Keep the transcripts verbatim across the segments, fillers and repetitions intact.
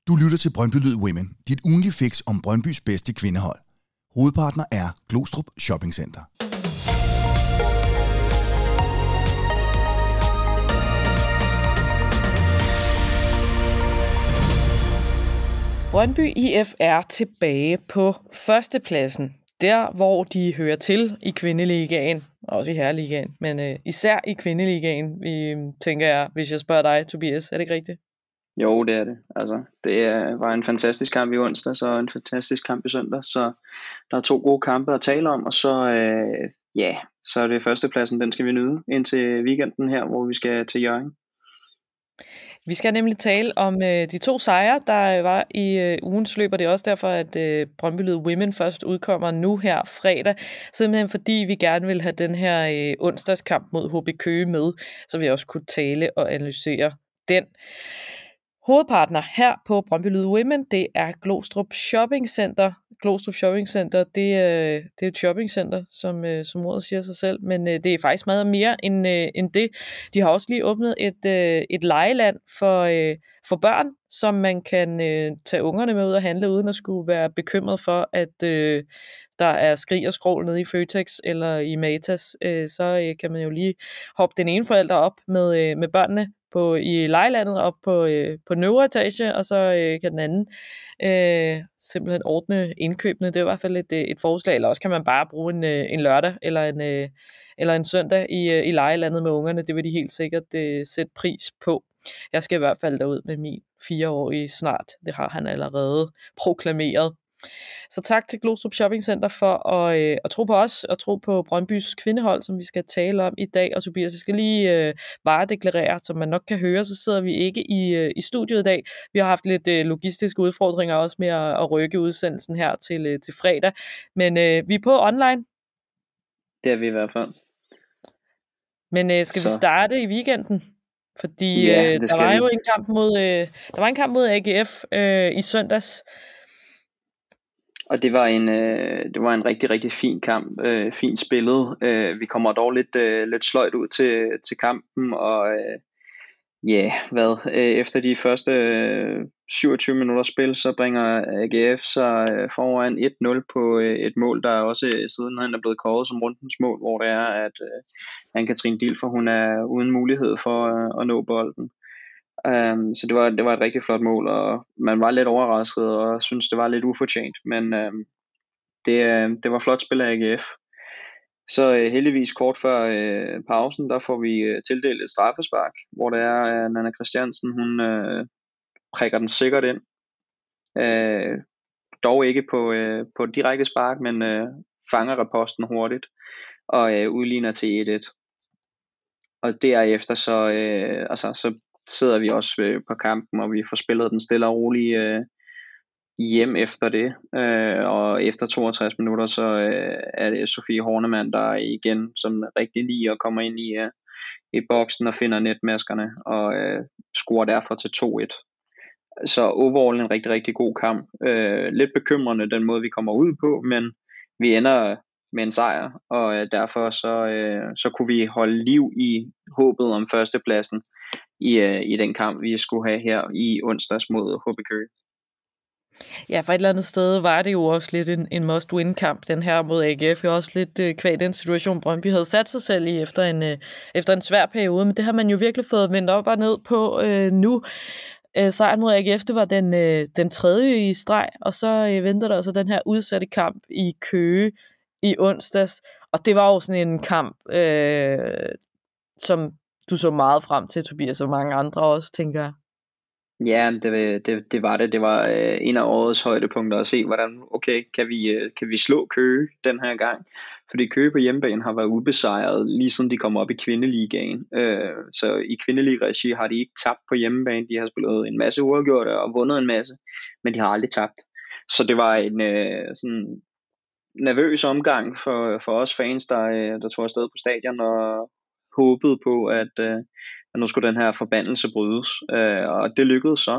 Du lytter til Brøndby Lyd Women, dit ugentlige fix om Brøndbys bedste kvindehold. Hovedpartner er Glostrup Shopping Center. Brøndby I F er tilbage på førstepladsen. Der, hvor de hører til i kvindeligaen, også i herreligaen, men øh, især i kvindeligaen, øh, tænker jeg, hvis jeg spørger dig, Tobias. Er det ikke rigtigt? Jo, det er det. Altså, det var en fantastisk kamp i onsdag, så en fantastisk kamp i søndag, så der er to gode kampe at tale om, og så, øh, ja, så er det førstepladsen, den skal vi nyde indtil weekenden her, hvor vi skal til Hjørring. Vi skal nemlig tale om øh, de to sejre, der var i øh, ugens løb, og det er også derfor, at øh, Brøndby Lyd Women først udkommer nu her fredag, simpelthen fordi vi gerne vil have den her øh, onsdagskamp mod H B Køge med, så vi også kunne tale og analysere den. Hovedpartner her på Brøndby Lyd Women, det er Glostrup Shopping Center. Glostrup Shopping Center, det, øh, det er et shoppingcenter, som, øh, som ordet siger sig selv, men øh, det er faktisk meget mere end, øh, end det. De har også lige åbnet et, øh, et legeland for, øh, for børn, som man kan øh, tage ungerne med ud og handle, uden at skulle være bekymret for, at øh, der er skrig og skrål nede i Føtex eller i Matas. Øh, så øh, kan man jo lige hoppe den ene forælder op med, øh, med børnene på, i lejelandet op på, øh, på den øvre etage, og så øh, kan den anden øh, simpelthen ordne indkøbene. Det er i hvert fald et, et forslag, eller også kan man bare bruge en, øh, en lørdag eller en, øh, eller en søndag i, øh, i lejelandet med ungerne. Det vil de helt sikkert øh, sætte pris på. Jeg skal i hvert fald derud med min fireårige snart. Det har han allerede proklameret. Så tak til Glostrup Shopping Center for at, øh, at tro på os og tro på Brøndbys kvindehold, som vi skal tale om i dag. Og Tobias, jeg skal lige øh, varedeklarere, som man nok kan høre, så sidder vi ikke i, øh, i studiet i dag. Vi har haft lidt øh, logistiske udfordringer også med at, at rykke udsendelsen her til, øh, til fredag. Men øh, vi er på online. Det er vi i hvert fald. Men øh, skal så. vi starte i weekenden? Fordi ja, øh, der var vi. jo en kamp mod, øh, der var en kamp mod A G F øh, i søndags. Og det var en øh, det var en rigtig rigtig fin kamp, øh, fint spillet. Øh, vi kommer dog lidt øh, lidt sløjt ud til til kampen, og øh, ja, yeah, hvad øh, efter de første øh, syvogtyve minutter spil, så bringer A G F sig øh, foran et nul på øh, et mål, der også øh, siden han er blevet kåret som rundens mål, hvor det er at øh, Anne-Katrine Dilfer, hun er uden mulighed for øh, at nå bolden. Um, så det var, det var et rigtig flot mål, og man var lidt overrasket og synes det var lidt ufortjent, men um, det, det var flot spil af A G F. Så uh, heldigvis kort før uh, pausen, der får vi uh, tildelt et straffespark, hvor det er uh, Nanna Christiansen, hun uh, prikker den sikkert ind. Uh, dog ikke på, uh, på direkte spark, men uh, fanger reposten hurtigt og uh, udligner til et et. Og derefter så, uh, altså, så sidder vi også øh, på kampen, og vi får spillet den stille og roligt øh, hjem efter det. Øh, og efter toogtres minutter, så øh, er det Sofie Hornemann, der igen som rigtig lige og kommer ind i, øh, i boksen og finder netmaskerne, og øh, scorer derfor til to et. Så overall en rigtig, rigtig god kamp. Øh, lidt bekymrende den måde, vi kommer ud på, men vi ender med en sejr, og øh, derfor så, øh, så kunne vi holde liv i håbet om førstepladsen i, øh, i den kamp, vi skulle have her i onsdags mod H B Køge. Ja, for et eller andet sted var det jo også lidt en, en must-win-kamp, den her mod A G F. Jeg også lidt øh, kvad den situation, Brøndby havde sat sig selv i efter en, øh, efter en svær periode, men det har man jo virkelig fået vendt op og ned på øh, nu. Øh, sejren mod A G F, det var den, øh, den tredje i streg, og så øh, venter der altså den her udsatte kamp i Køge i onsdags, og det var jo sådan en kamp, øh, som du så meget frem til, Tobias, og mange andre også, tænker jeg. Ja, det, det, det var det. Det var øh, en af årets højdepunkter at se, hvordan, okay, kan vi, øh, kan vi slå Køge den her gang? Fordi Køge på hjemmebane har været ubesejret, lige siden de kom op i kvindeligaen. Øh, så i kvindeliga-regi har de ikke tabt på hjemmebane. De har spillet en masse uafgjorte og vundet en masse, men de har aldrig tabt. Så det var en øh, sådan nervøs omgang for, for os fans, der, der tog afsted på stadion og håbede på, at, at nu skulle den her forbandelse brydes. Og det lykkedes så.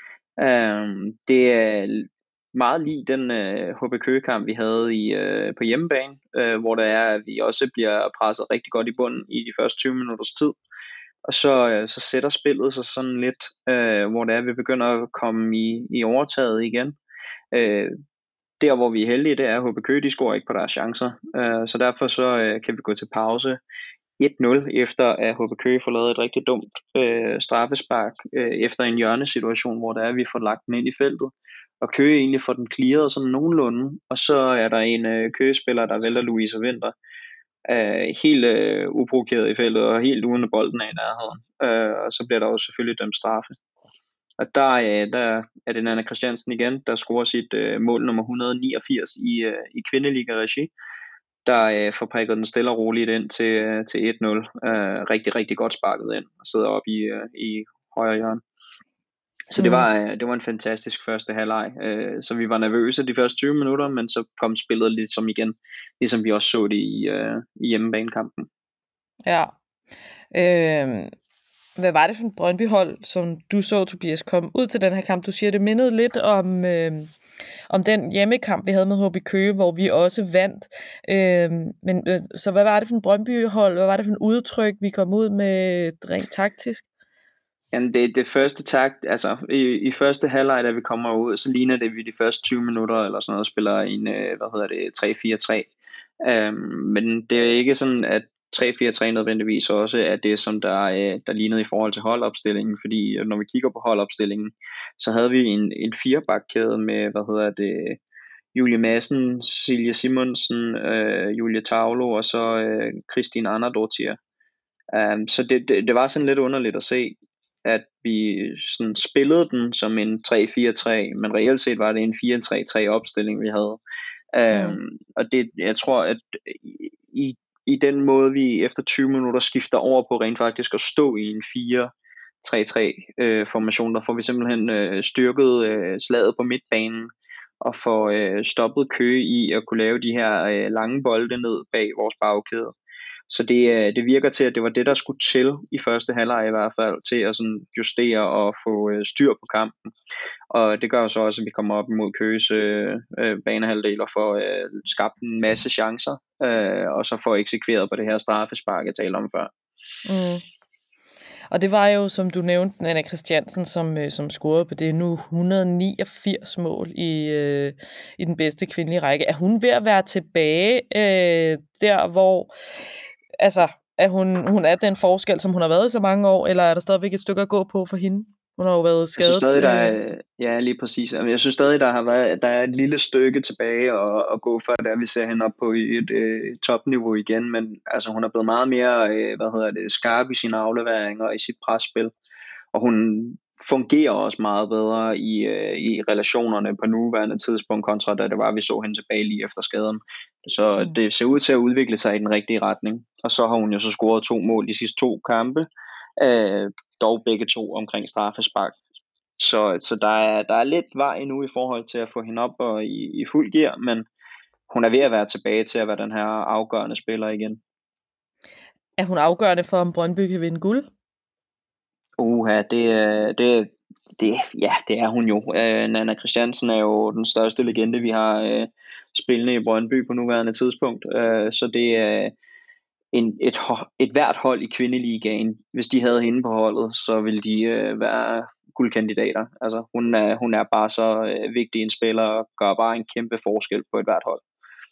Det er meget lige den H B Køge-kamp, vi havde i, på hjemmebane, hvor det er, at vi også bliver presset rigtig godt i bunden i de første tyve minutters tid. og så, øh, så sætter spillet sig sådan lidt, øh, hvor det er, vi begynder at komme i, i overtaget igen. Øh, der hvor vi er heldige, det er, at H B Køge, de scorer ikke på deres chancer, øh, så derfor så øh, kan vi gå til pause et nul, efter at H B Køge får lavet et rigtig dumt øh, straffespark øh, efter en hjørnesituation, hvor der er, at vi får lagt den ind i feltet, og Køge egentlig får den clearet sådan nogenlunde, og så er der en øh, Køge-spiller, der vælter Louise Vinter, øh, helt øh, uprovokeret i feltet, og helt uden bolden af i nærheden, øh, og så bliver der jo selvfølgelig dømt straffe. Og der, øh, der er det Nanna Christiansen igen, der scorer sit øh, mål nummer et hundrede og niogfirs i, øh, i kvindeliga-regi, der øh, får prikket den stille og roligt ind til, øh, til et nul. Øh, rigtig, rigtig godt sparket ind og sidder oppe i, øh, i højre hjørne. Så mm. det, var, øh, det var en fantastisk første halvleg. Øh, så vi var nervøse de første tyve minutter, men så kom spillet lidt som igen, ligesom vi også så det i, øh, i hjemmebanekampen. Ja. Øh, hvad var det for et Brøndby-hold, som du så, Tobias, kom ud til den her kamp? Du siger, det mindede lidt om... Øh, om den hjemmekamp, vi havde med H B Køge, hvor vi også vandt. Øh, men, øh, så hvad var det for en Brøndby-hold? Hvad var det for en udtryk, vi kom ud med rent taktisk? Jamen det, det første takt, altså i, i første halvleg, da vi kommer ud, så ligner det, vi de første tyve minutter eller sådan noget, spiller en, hvad hedder det, tre fire tre. Um, men det er ikke sådan, at tre fire tre nødvendigvis også er det, som der, der lignede i forhold til holdopstillingen, fordi når vi kigger på holdopstillingen, så havde vi en, en firebakkæde med, hvad hedder det, Julie Madsen, Silje Simonsen, øh, Julie Tavlo og så øh, Christine Anderdottir. Um, så det, det, det var sådan lidt underligt at se, at vi sådan spillede den som en tre fire tre, men reelt set var det en fire tre tre opstilling, vi havde. Um, mm. Og det, jeg tror, at i, i den måde, vi efter tyve minutter skifter over på rent faktisk at stå i en fire tre tre øh, formation, der får vi simpelthen øh, styrket øh, slaget på midtbanen, og får øh, stoppet Køge i at kunne lave de her øh, lange bolde ned bag vores bagkæde. Så det, det virker til, at det var det, der skulle til i første halvleg i hvert fald, til at sådan justere og få øh, styr på kampen. Og det gør så også, at vi kommer op imod Køges øh, banehalvdel og får øh, skabt en masse chancer, øh, og så får eksekveret på det her straffespark, jeg talte om før. Mm. Og det var jo, som du nævnte, Nanna Christiansen, som, øh, som scorede på det nu et hundrede og niogfirs mål i, øh, i den bedste kvindelige række. Er hun ved at være tilbage øh, der, hvor... Altså, er hun, hun er den forskel, som hun har været i så mange år, eller er der stadigvæk et stykke at gå på for hende? Hun har jo været skadet. Jeg synes stadig, der er, ja, lige præcis. Jeg synes stadig, der har været, der er et lille stykke tilbage at, at gå for, der vi ser hende op på et, et topniveau igen, men altså, hun er blevet meget mere, hvad hedder det, skarp i sine afleveringer og i sit presspil, og hun fungerer også meget bedre i, i relationerne på nuværende tidspunkt, kontra da det var, vi så hende tilbage lige efter skaden. Så mm. det ser ud til at udvikle sig i den rigtige retning. Og så har hun jo så scoret to mål de sidste to kampe, øh, dog begge to omkring straffespark. Så, så der, er, der er lidt vej endnu i forhold til at få hende op og i, i fuld gear, men hun er ved at være tilbage til at være den her afgørende spiller igen. Er hun afgørende for, om Brøndby kan vinde guld? Uha, det, det, det, ja, det er hun jo. Uh, Nanna Christiansen er jo den største legende, vi har uh, spillende i Brøndby på nuværende tidspunkt. Uh, så det er en, et, et hvert hold i kvindeligaen. Hvis de havde hende på holdet, så ville de uh, være guldkandidater. Altså, hun, er, hun er bare så uh, vigtig en spiller og gør bare en kæmpe forskel på et hvert hold.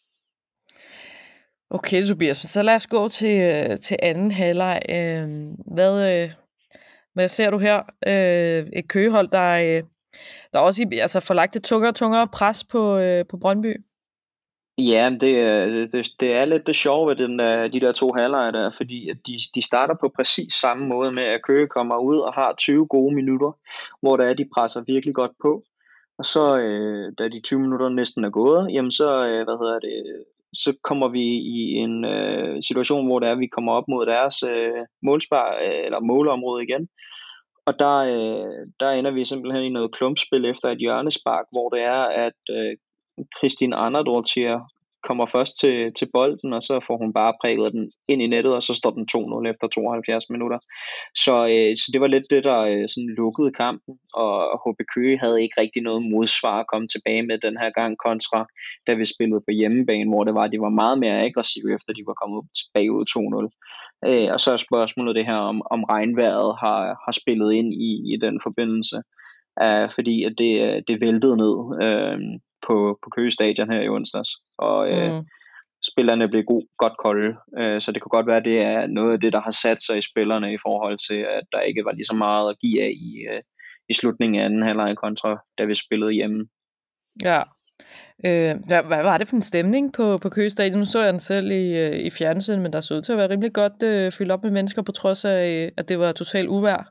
Okay, Tobias, så lad os gå til, til anden halvleg. Hvad... Hvad ser du her? Øh, et Køgehold, der, der også altså, får lagt et tungere og tungere pres på, øh, på Brøndby. Ja, det, det, det er lidt det sjove ved den, de der to halvleje der, fordi at de, de starter på præcis samme måde med, at Køge kommer ud og har tyve gode minutter, hvor der er, de presser virkelig godt på. Og så, øh, da de tyve minutter næsten er gået, jamen så, øh, hvad hedder det, så kommer vi i en øh, situation, hvor der er, vi kommer op mod deres øh, målspar, øh, eller målområde igen. Og der, øh, der ender vi simpelthen i noget klumpspil efter et hjørnespark, hvor det er, at øh, Christine Anderdottir kommer først til, til bolden, og så får hun bare præget den ind i nettet, og så står den to nul efter tooghalvfjerds minutter. Så, øh, så det var lidt det, der øh, sådan lukkede kampen, og H B Køge havde ikke rigtig noget modsvar at komme tilbage med den her gang, kontra da vi spillede på hjemmebane, hvor det var, de var meget mere aggressive, efter de var kommet tilbage ud to nul. Øh, og så er spørgsmålet det her, om, om regnvejret har, har spillet ind i, i den forbindelse, uh, fordi at det, det væltede ned øh, på, på Køge Stadion her i onsdags, og øh, mm. spillerne blev god, godt kolde, øh, så det kunne godt være, at det er noget af det, der har sat sig i spillerne i forhold til, at der ikke var lige så meget at give af i, øh, i slutningen af anden halvleg kontra, da vi spillede hjemme. Ja. Øh, hvad, hvad var det for en stemning på, på Køge Stadion? Nu så jeg den selv i, øh, i fjernsynet, men der så ud til at være rimelig godt øh, fyldt op med mennesker, på trods af, at det var totalt uvejr.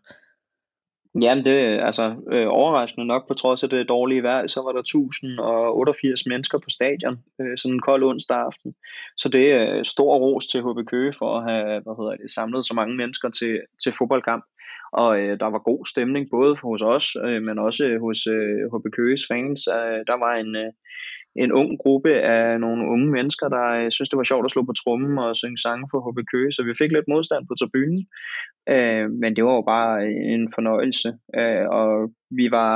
Jamen det er altså øh, overraskende nok, på trods af det dårlige vejr, så var der tusind og otteogfirs mennesker på stadion, øh, sådan en kold onsdag aften. Så det er stor ros til H B Køge for at have hvad hedder det, samlet så mange mennesker til, til fodboldkamp. Og øh, der var god stemning både hos os, øh, men også hos øh, H B Køges fans. Øh, der var en, øh, en ung gruppe af nogle unge mennesker, der øh, synes det var sjovt at slå på trommen og synge sange for H B Køge, så vi fik lidt modstand på tribunen. Øh, men det var jo bare en fornøjelse, øh, og vi var,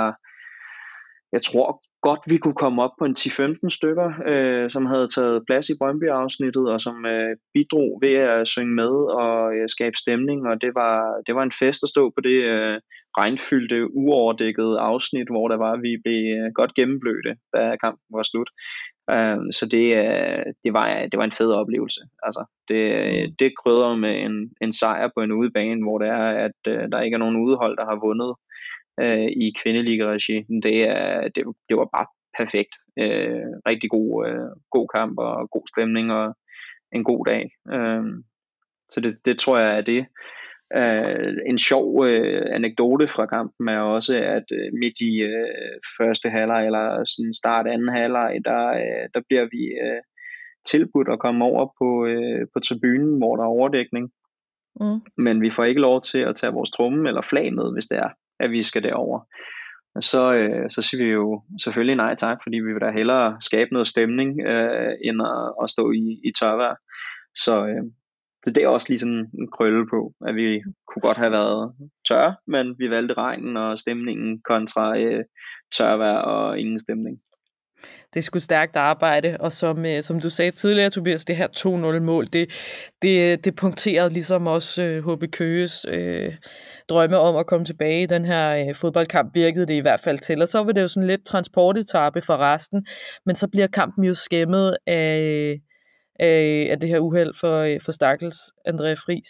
jeg tror godt vi kunne komme op på en ti til femten stykker, øh, som havde taget plads i Brøndby-afsnittet, og som øh, bidrog ved at synge med og øh, skabe stemning, og det var, det var en fest at stå på det øh, regnfyldte, uoverdækkede afsnit, hvor der var, vi blev øh, godt gennemblødte, da kampen var slut. Uh, så det, uh, det, var, det var en fed oplevelse. Altså, det, det krydder med en, en sejr på en udebane, hvor det er, at uh, der ikke er nogen udehold, der har vundet uh, i kvindeliga-regi. Det, uh, det, det var bare perfekt. Uh, rigtig god, uh, god kamp og god stemning og en god dag. Uh, så det, det tror jeg er det. Uh, en sjov uh, anekdote fra kampen er også, at uh, midt i uh, første halvleg eller sådan start anden halvleg, der, uh, der bliver vi uh, tilbudt at komme over på, uh, på tribunen, hvor der er overdækning. Mm. Men vi får ikke lov til at tage vores tromme eller flag med, hvis det er, at vi skal derover. Og så, uh, så siger vi jo selvfølgelig nej tak, fordi vi vil da hellere skabe noget stemning, uh, end at, at stå i, i tørvejr. Så uh, Så det er også lige sådan en krølle på, at vi kunne godt have været tørre, men vi valgte regnen og stemningen kontra øh, tørvejr og ingen stemning. Det er sgu stærkt arbejde, og som, øh, som du sagde tidligere, Tobias, det her to nul mål, det, det, det punkterede ligesom også øh, H B Køges øh, drømme om at komme tilbage i den her øh, fodboldkamp, virkede det i hvert fald til. Og så var det jo sådan lidt transportetappe for resten, men så bliver kampen jo skæmmet af... af det her uheld for, for stakkels Andrea Friis.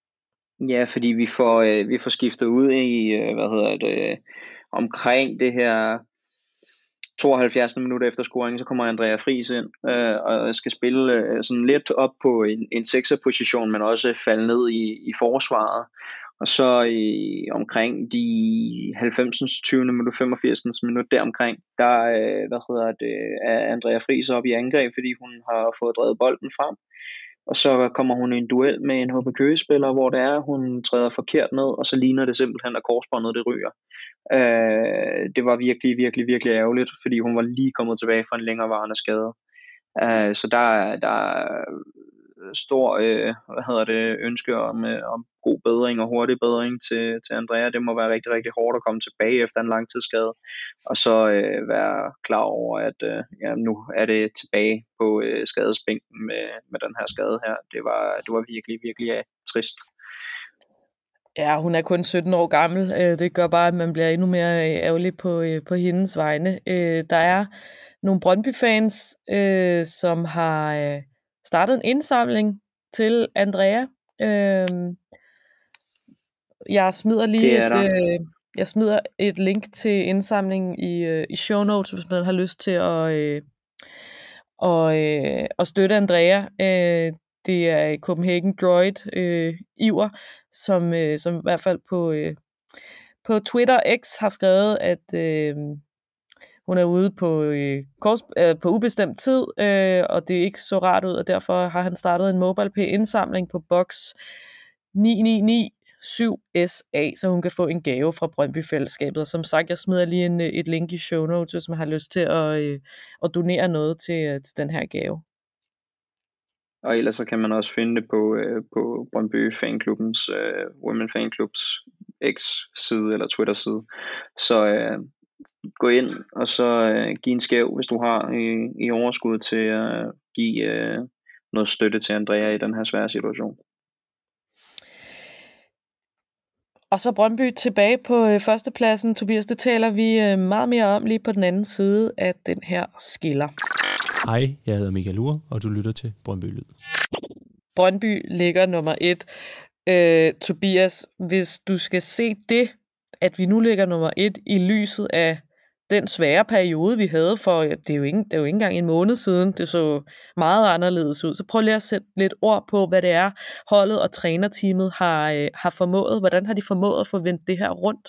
Ja, fordi vi får, øh, vi får skiftet ud i, øh, hvad hedder det, omkring det her tooghalvfjerds minutter efter scoringen, så kommer Andrea Friis ind øh, og skal spille øh, sådan lidt op på en, en sekserposition, men også falde ned i, i forsvaret. Og så i omkring de halvfems tyvende minut, femogfirs minut deromkring, der øh, hvad hedder det, er Andrea Friis op i angreb, fordi hun har fået drevet bolden frem. Og så kommer hun i en duel med en H B Køge-spiller, hvor det er, hun træder forkert ned, og så ligner det simpelthen, at korsbåndet det ryger. Øh, det var virkelig, virkelig, virkelig ærgerligt, fordi hun var lige kommet tilbage fra en længerevarende skade. Øh, så der, der er stor øh, hvad hedder det, ønske om, øh, om god bedring og hurtig bedring til, til Andrea. Det må være rigtig, rigtig hårdt at komme tilbage efter en langtidsskade, og så øh, være klar over, at øh, ja, nu er det tilbage på øh, skadesbænken med, med den her skade her. Det var, det var virkelig, virkelig ja, trist. Ja, hun er kun sytten år gammel. Det gør bare, at man bliver endnu mere ærgerlig på, på hendes vegne. Der er nogle Brøndby-fans, som har startet en indsamling til Andrea. Jeg smider lige et, jeg smider et link til indsamlingen i, i show notes, hvis man har lyst til at, at, at støtte Andrea. Det er Copenhagen Droid øh, Iver, som, øh, som i hvert fald på, øh, på Twitter X har skrevet, at øh, hun er ude på, øh, kors, øh, på ubestemt tid, øh, og det er ikke så rart ud, og derfor har han startet en MobilePay-indsamling på boks ni ni ni syv S A, så hun kan få en gave fra Brøndby-fællesskabet. Og som sagt, jeg smider lige en, et link i show notes, hvis man har lyst til at, øh, at donere noget til, til den her gave. Og ellers så kan man også finde det på, øh, på Brøndby Fanklubbens, øh, Women Fanklubs X-side eller Twitter-side. Så øh, gå ind og så øh, give en skæv, hvis du har i, i overskud til at øh, give øh, noget støtte til Andrea i den her svære situation. Og så Brøndby tilbage på øh, førstepladsen. Tobias, det taler vi øh, meget mere om lige på den anden side af den her skiller. Hej, jeg hedder Michael Ure, og du lytter til Brøndby Lyd. Brøndby ligger nummer et. Øh, Tobias, hvis du skal se det, at vi nu ligger nummer et i lyset af den svære periode, vi havde for, det er jo ikke, det er jo ikke engang en måned siden, det så meget anderledes ud. Så prøv lige at sætte lidt ord på, hvad det er, holdet og trænerteamet har, øh, har formået. Hvordan har de formået at få vendt det her rundt?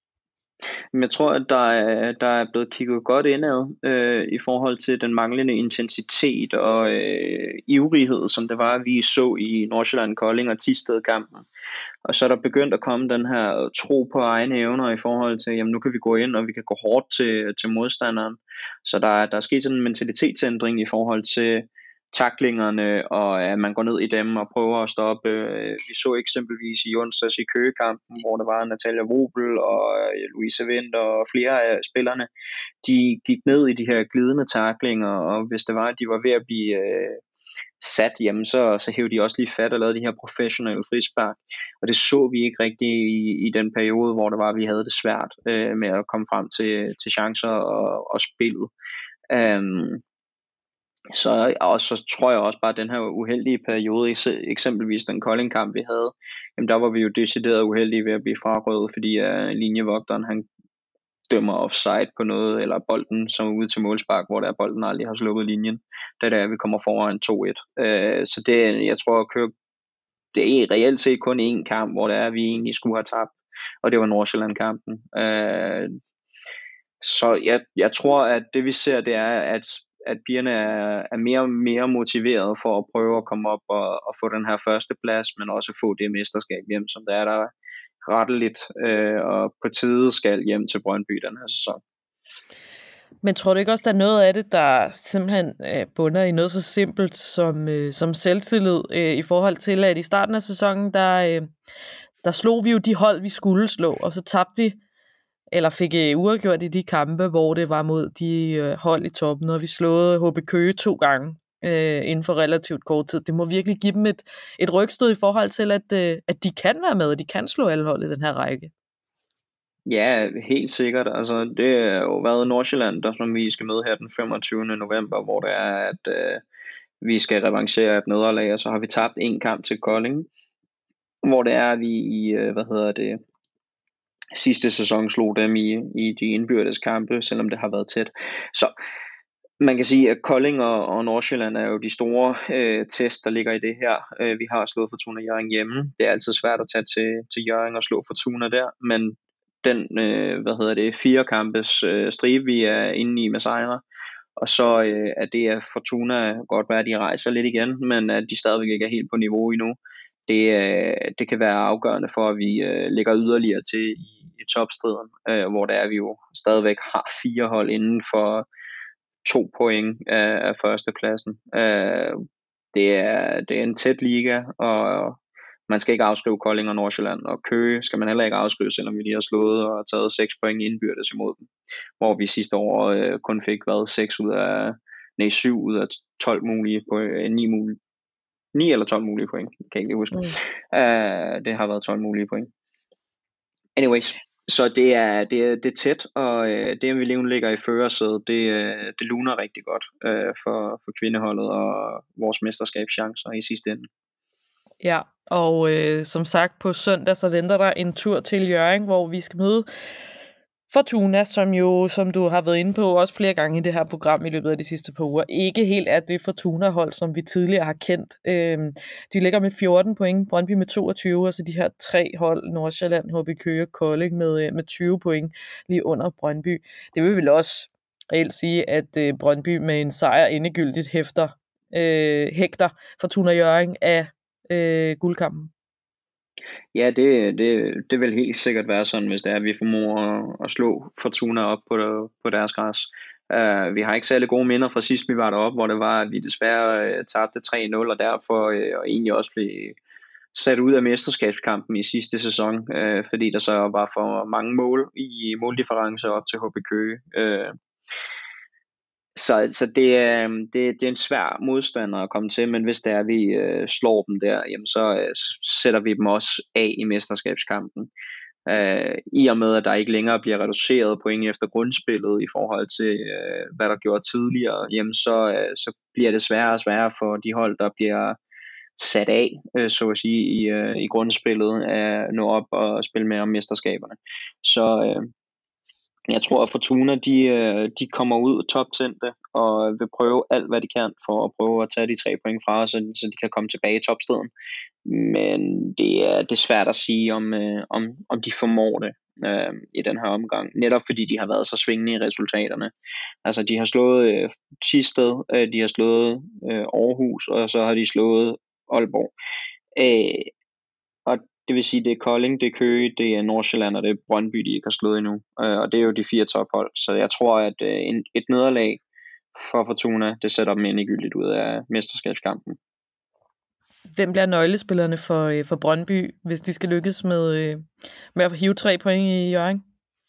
Jeg tror, at der er, der er blevet kigget godt indad øh, i forhold til den manglende intensitet og øh, ivrighed, som det var, vi så i Nordsjælland, Kolding og Thisted-kampen. Og så er der begyndt at komme den her tro på egne evner i forhold til, jamen nu kan vi gå ind, og vi kan gå hårdt til, til modstanderen. Så der, der er sket sådan en mentalitetsændring i forhold til taklingerne, og at man går ned i dem og prøver at stoppe. Vi så eksempelvis i onsdags i Køgekampen, hvor der var Natalia Wobel og Louise Winter og flere af spillerne, de gik ned i de her glidende taklinger, og hvis det var, at de var ved at blive øh, sat, jamen så, så hævde de også lige fat og lavede de her professionelle frispark. Og det så vi ikke rigtig i, i den periode, hvor det var, vi havde det svært øh, med at komme frem til, til chancer og, og spillet. Um, Så, og så tror jeg også bare, at den her uheldige periode, eksempelvis den Kolding-kamp, vi havde, jamen der var vi jo decideret uheldige ved at blive frarøvet, fordi uh, linjevogteren, han dømmer offside på noget, eller bolden, som er ude til målspark, hvor der bolden aldrig har slukket linjen, da der vi kommer foran to et. Uh, så det, jeg tror, at det er reelt set kun én kamp, hvor det er, vi egentlig skulle have tabt, og det var Nordsjælland-kampen. Uh, så jeg, jeg tror, at det vi ser, det er, at at pigerne er, er mere og mere motiverede for at prøve at komme op og, og få den her første plads, men også få det mesterskab hjem, som der er der retteligt øh, og på tide skal hjem til Brøndby den her sæson. Men tror du ikke også, der er noget af det, der simpelthen øh, bunder i noget så simpelt som, øh, som selvtillid øh, i forhold til, at i starten af sæsonen, der, øh, der slog vi jo de hold, vi skulle slå, og så tabte vi eller fik uh, uafgjort i de kampe, hvor det var mod de uh, hold i toppen, og vi slåede H B Køge to gange uh, inden for relativt kort tid. Det må virkelig give dem et, et rygstød i forhold til, at, uh, at de kan være med, og de kan slå alle hold i den her række. Ja, helt sikkert. Altså, det er jo været Nordsjælland, der som vi skal møde her den femogtyvende november, hvor det er, at uh, vi skal revancere et nederlag, og så har vi tabt en kamp til Kolding, hvor det er, at vi i, uh, hvad hedder det, sidste sæson slog dem i, i de indbyrdes kampe, selvom det har været tæt. Så man kan sige, at Kolding og, og Nordsjælland er jo de store øh, test, der ligger i det her. Øh, vi har slået Fortuna Hjørring hjemme. Det er altid svært at tage til, til Hjørring og slå Fortuna der, men den øh, hvad hedder det, fire kampes øh, stribe, vi er inde i med sejre, og så øh, er det, at Fortuna godt være, at de rejser lidt igen, men at de stadigvæk ikke er helt på niveau endnu. Det, øh, det kan være afgørende for, at vi øh, ligger yderligere til i, i topstriden, øh, hvor der er vi jo stadigvæk har fire hold inden for to point af, af førstepladsen. Øh, det, er, det er en tæt liga, og man skal ikke afskrive Kolding og Nordsjælland, og Køge skal man heller ikke afskrive, selvom vi lige har slået og taget seks point indbyrdes imod dem, hvor vi sidste år øh, kun fik været seks ud af, nej, syv ud af tolv mulige på ni mulige. ni eller tolv mulige point, kan jeg ikke huske. Mm. Uh, det har været tolv mulige point. Anyways, så det er, det er, det er tæt, og uh, det, at vi lige ligger i førersædet, det, uh, det luner rigtig godt uh, for, for kvindeholdet og vores mesterskabschancer i sidste ende. Ja, og øh, som sagt på søndag, så venter der en tur til Hjørring, hvor vi skal møde Fortuna, som jo, som du har været inde på også flere gange i det her program i løbet af de sidste par uger, ikke helt er det Fortuna-hold, som vi tidligere har kendt. Øhm, de ligger med fjorten point, Brøndby med toogtyve, og så de her tre hold, Nordsjælland, H B Køge og Kolding med, med tyve point lige under Brøndby. Det vil vel også reelt sige, at øh, Brøndby med en sejr endegyldigt hæfter, øh, hægter Fortuna Hjørring af øh, guldkampen. Ja, det, det, det vil helt sikkert være sådan, hvis det er, at vi formår at, at slå Fortuna op på, på deres græs. Uh, vi har ikke særlig gode minder fra sidst vi var deroppe, hvor det var, at vi desværre uh, tabte tre nul, og derfor uh, og egentlig også blev sat ud af mesterskabskampen i sidste sæson, uh, fordi der så var for mange mål i måldifference op til H B Køge. Uh, så så det, er, det, det er en svær modstander at komme til, men hvis det er, at vi uh, slår dem der, jamen så uh, sætter vi dem også af i mesterskabskampen. Uh, I og med, at der ikke længere bliver reduceret point efter grundspillet i forhold til, uh, hvad der gjorde tidligere, jamen så, uh, så bliver det sværere og sværere for de hold, der bliver sat af, uh, så at sige, i, uh, i grundspillet, at uh, nå op og spille med om mesterskaberne. Så uh, jeg tror, at Fortuna, de, uh, de kommer ud toptændte og vil prøve alt, hvad de kan for at prøve at tage de tre point fra os, så, så de kan komme tilbage i topsteden. Men det er, det er svært at sige, om, øh, om, om de formår det øh, i den her omgang. Netop fordi de har været så svingende i resultaterne. Altså de har slået øh, Thisted, øh, de har slået øh, Aarhus, og så har de slået Aalborg. Øh, og det vil sige, det er Kolding, det er Køge, det er Nordsjælland, og det er Brøndby, de ikke har slået endnu. Øh, og det er jo de fire tophold. Så jeg tror, at øh, en, et nederlag for Fortuna, det sætter dem endegyldigt ud af mesterskabskampen. Hvem bliver nøglespillerne for, for Brøndby, hvis de skal lykkes med, med at hive tre point i Hjørring?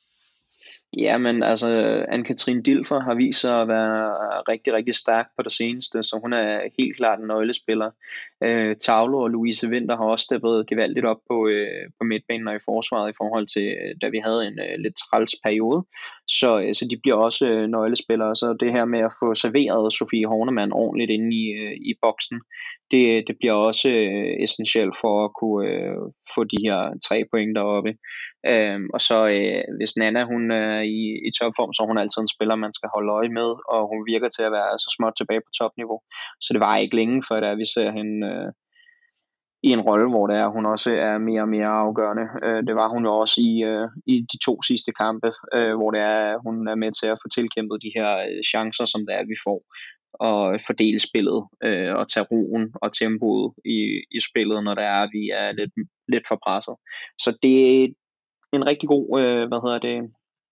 Ja, men altså, Anne-Katrin Dilfer har vist sig at være rigtig, rigtig stærk på det seneste, så hun er helt klart en nøglespiller. Øh, Tavlo og Louise Winter har også steppet gevaldigt op på, øh, på midtbanen og i forsvaret i forhold til, da vi havde en øh, lidt træls periode. Så, øh, så de bliver også øh, nøglespillere. Så det her med at få serveret Sofie Hornemann ordentligt inde i, øh, i boksen, det, det bliver også øh, essentielt for at kunne øh, få de her tre point deroppe. Øhm, og så øh, hvis Nana hun er i, i topform, så er hun altid en spiller, man skal holde øje med, og hun virker til at være så småt tilbage på topniveau. Så det var ikke længe før, da vi ser hende øh, i en rolle, hvor det er, hun også er mere og mere afgørende. Øh, det var hun jo også i, øh, i de to sidste kampe, øh, hvor det er, hun er med til at få tilkæmpet de her øh, chancer, som det er, vi får, og fordele spillet øh, og tage roen og tempoet i, i spillet, når det er, at vi er lidt, lidt for presset. Så det en rigtig god, øh, hvad hedder det,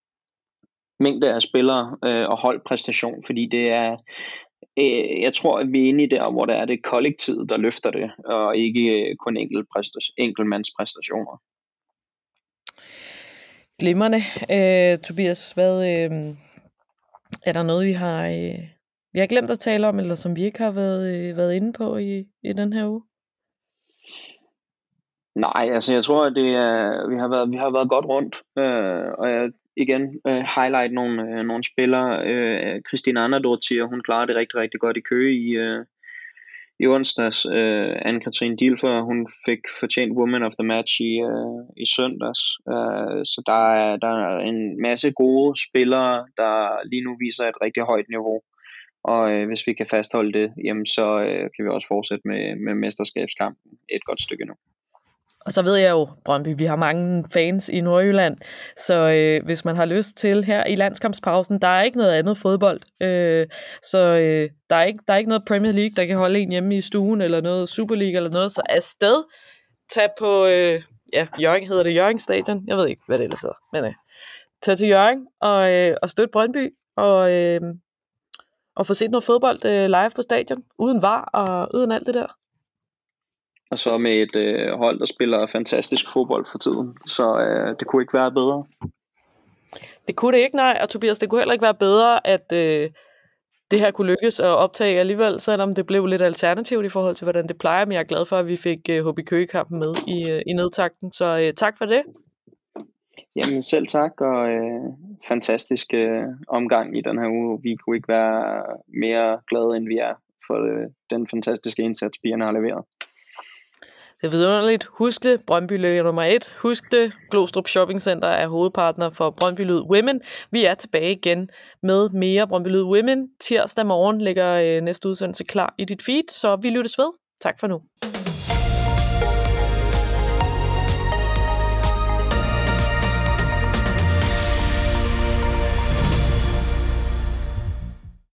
mængde af spillere øh, og holdpræstation, fordi det er, øh, jeg tror, at vi er inde i der, hvor det er det kollektivet, der løfter det, og ikke kun enkelt præstation, enkeltmandspræstationer. Glimrende. Øh, Tobias, hvad, øh, er der noget, vi har, øh, vi har glemt at tale om, eller som vi ikke har været, øh, været inde på i, i den her uge? Nej, altså jeg tror, at det er, vi har været, vi har været godt rundt, øh, og jeg igen øh, highlight nogle, øh, nogle spillere. Øh, Christine Andersdottir, hun klarede det rigtig, rigtig godt i Køge i, øh, i onsdags. Øh, Anne-Katrin Dilfer, hun fik fortjent Woman of the Match i, øh, i søndags. Øh, så der er, der er en masse gode spillere, der lige nu viser et rigtig højt niveau. Og øh, hvis vi kan fastholde det, jamen så øh, kan vi også fortsætte med, med mesterskabskampen et godt stykke nu. Og så ved jeg jo, Brøndby, vi har mange fans i Nordjylland, så øh, hvis man har lyst til her i landskampspausen, der er ikke noget andet fodbold, øh, så øh, der, er ikke, der er ikke noget Premier League, der kan holde en hjemme i stuen, eller noget Superliga eller noget, så afsted, tag på, øh, ja, Hjørring hedder det, Hjørring Stadion, jeg ved ikke, hvad det ellers hedder, men øh, tag til Hjørring og, øh, og støt Brøndby, og, øh, og få set noget fodbold øh, live på stadion, uden var og uden alt det der. Og så med et øh, hold, der spiller fantastisk fodbold for tiden. Så øh, det kunne ikke være bedre. Det kunne det ikke, nej. Og Tobias, det kunne heller ikke være bedre, at øh, det her kunne lykkes at optage alligevel, selvom det blev lidt alternativt i forhold til, hvordan det plejer. Men jeg er glad for, at vi fik øh, H B Køge-kampen med i, øh, i nedtakten. Så øh, tak for det. Jamen selv tak, og øh, fantastisk øh, omgang i den her uge. Vi kunne ikke være mere glade, end vi er for øh, den fantastiske indsats, pigerne har leveret. Det er vidunderligt. Husk det. Brøndby Løg nummer et. Husk det. Glostrup Shopping Center er hovedpartner for Brøndby Lyd Women. Vi er tilbage igen med mere Brøndby Lyd Women. Tirsdag morgen ligger øh, næste udsendelse klar i dit feed, så vi lyttes ved. Tak for nu.